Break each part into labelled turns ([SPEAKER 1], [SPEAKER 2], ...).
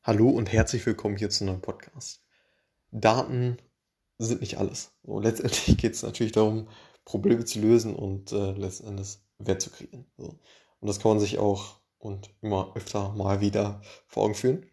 [SPEAKER 1] Hallo und herzlich willkommen hier zu einem neuen Podcast. Daten sind nicht alles. So, letztendlich geht es natürlich darum, Probleme zu lösen und letzten Endes Wert zu kreieren. So. Und das kann man sich auch und immer öfter mal wieder vor Augen führen.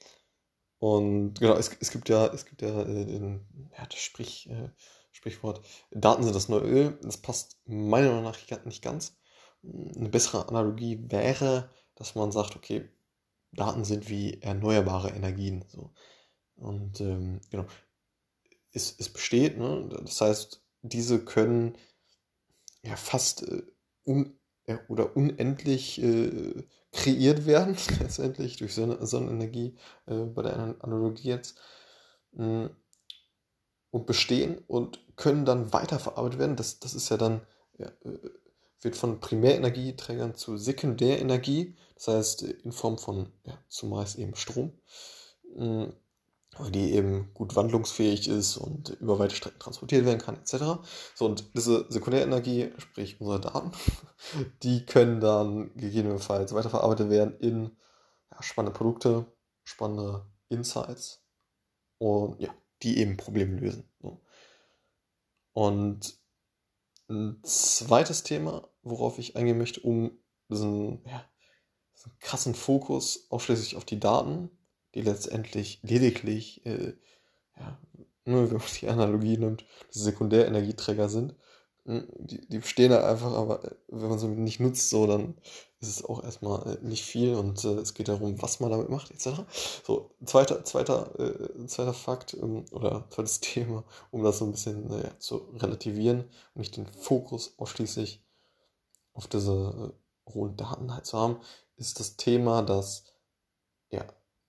[SPEAKER 1] Und genau, es gibt ja das Sprichwort, Daten sind das neue Öl. Das passt meiner Meinung nach nicht ganz. Eine bessere Analogie wäre, dass man sagt, okay, Daten sind wie erneuerbare Energien. So. Und genau, es besteht, ne? Das heißt, diese können ja fast oder unendlich kreiert werden, letztendlich durch Sonnenenergie, bei der Analogie jetzt, mh, und bestehen und können dann weiterverarbeitet werden. Das ist ja dann, ja, wird von Primärenergieträgern zu Sekundärenergie, das heißt in Form von zumeist eben Strom. Mh, die eben gut wandlungsfähig ist und über weite Strecken transportiert werden kann, etc. So, und diese Sekundärenergie, sprich unsere Daten, die können dann gegebenenfalls weiterverarbeitet werden in spannende Produkte, spannende Insights und ja, die eben Probleme lösen. So. Und ein zweites Thema, worauf ich eingehen möchte, um diesen krassen Fokus ausschließlich auf die Daten, die letztendlich lediglich ja, wenn man die Analogie nimmt, die Sekundärenergieträger sind. Die bestehen halt einfach, aber wenn man sie nicht nutzt, so, dann ist es auch erstmal nicht viel und es geht darum, was man damit macht, etc. So, zweiter Fakt oder zweites Thema, um das so ein bisschen zu relativieren und nicht den Fokus ausschließlich auf diese rohen Daten halt zu haben, ist das Thema, dass ja,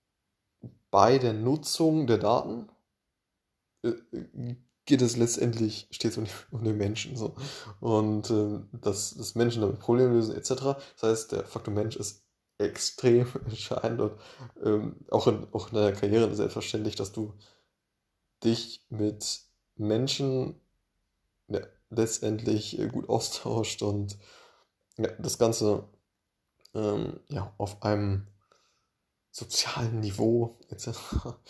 [SPEAKER 1] bei der Nutzung der Daten äh, geht es letztendlich stets um den Menschen so. Und dass Menschen damit Probleme lösen, etc. Das heißt, der Faktor Mensch ist extrem entscheidend und auch in deiner Karriere ist es selbstverständlich, dass du dich mit Menschen ja, letztendlich gut austauscht und ja, das Ganze auf einem sozialen Niveau etc.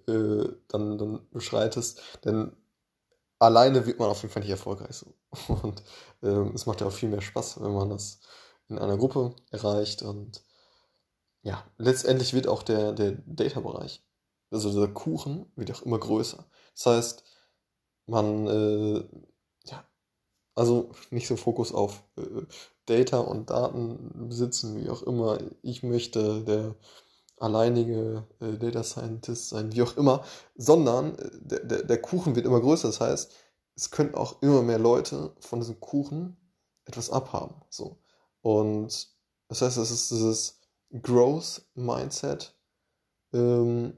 [SPEAKER 1] Dann beschreitest. Denn alleine wird man auf jeden Fall nicht erfolgreich so. Und es macht ja auch viel mehr Spaß, wenn man das in einer Gruppe erreicht. Und ja, letztendlich wird auch der Data-Bereich, also der Kuchen, wird auch immer größer. Das heißt, man, ja, also nicht so Fokus auf Data und Daten besitzen, wie auch immer. Ich möchte der alleinige Data Scientist sein, wie auch immer, sondern der Kuchen wird immer größer. Das heißt, es können auch immer mehr Leute von diesem Kuchen etwas abhaben. So. Und das heißt, es ist dieses Growth Mindset ähm,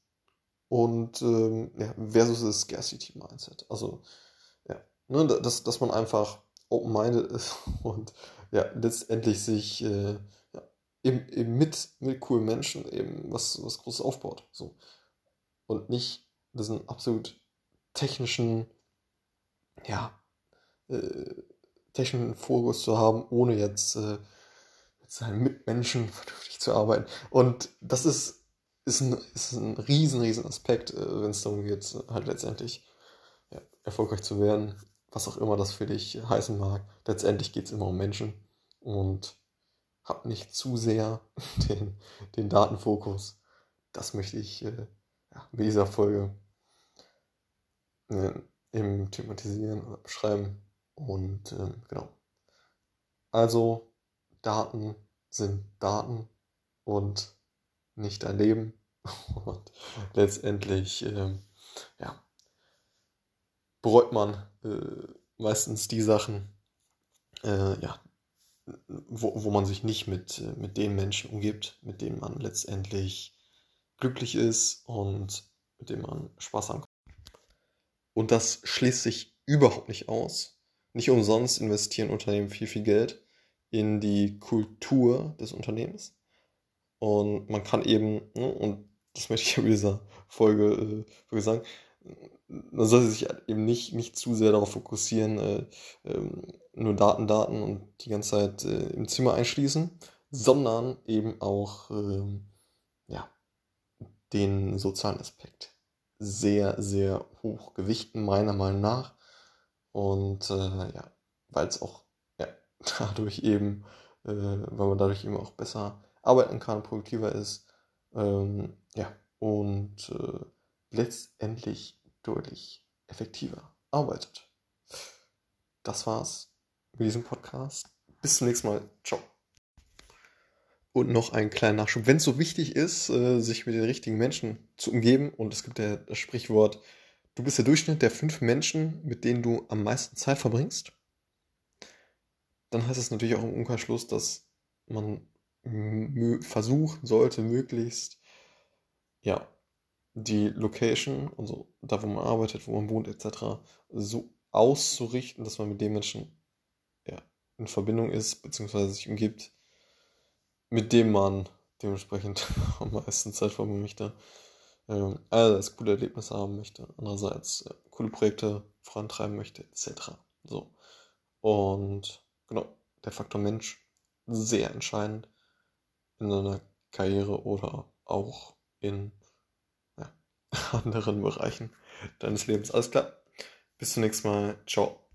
[SPEAKER 1] versus das Scarcity Mindset. Also, ja, ne, dass man einfach open-minded ist und ja, letztendlich sich ja, eben mit coolen Menschen eben was Großes aufbaut. So. Und nicht diesen absolut technischen, ja, äh, technischen Fokus zu haben, ohne jetzt mit seinen Mitmenschen vernünftig zu arbeiten. Und das ist ein riesen Aspekt, wenn es darum geht, halt letztendlich erfolgreich zu werden, was auch immer das für dich heißen mag. Letztendlich geht es immer um Menschen und hab nicht zu sehr den Datenfokus. Das möchte ich mit dieser Folge äh, eben thematisieren oder beschreiben. Und genau. Also, Daten sind Daten und nicht dein Leben. Und letztendlich ja, bereut man meistens die Sachen, ja, wo man sich nicht mit den Menschen umgibt, mit denen man letztendlich glücklich ist und mit denen man Spaß haben kann. Und das schließt sich überhaupt nicht aus. Nicht umsonst investieren Unternehmen viel Geld in die Kultur des Unternehmens. Und man kann eben, ne, und das möchte ich ja mit dieser Folge sagen, man sollte sich halt eben nicht zu sehr darauf fokussieren, nur Daten und die ganze Zeit im Zimmer einschließen, sondern eben auch ja, den sozialen Aspekt sehr, sehr hoch gewichten, meiner Meinung nach. Und ja, weil es auch ja, dadurch eben, weil man dadurch eben auch besser arbeiten kann, produktiver ist, ja, und letztendlich deutlich effektiver arbeitet. Das war's mit diesem Podcast. Bis zum nächsten Mal. Ciao. Und noch ein kleiner Nachschub. Wenn es so wichtig ist, sich mit den richtigen Menschen zu umgeben, und es gibt ja das Sprichwort, du bist der Durchschnitt der 5 Menschen, mit denen du am meisten Zeit verbringst, dann heißt es natürlich auch im Umkehrschluss, dass man versuchen sollte, möglichst, ja, die Location, also da, wo man arbeitet, wo man wohnt, etc., so auszurichten, dass man mit den Menschen ja, in Verbindung ist, beziehungsweise sich umgibt, mit dem man dementsprechend am meisten Zeit verbringen möchte. Einerseits coole Erlebnisse haben möchte, andererseits coole Projekte vorantreiben möchte, etc. So. Und genau, der Faktor Mensch sehr entscheidend in seiner Karriere oder auch in ja, anderen Bereichen deines Lebens. Alles klar. Bis zum nächsten Mal. Ciao.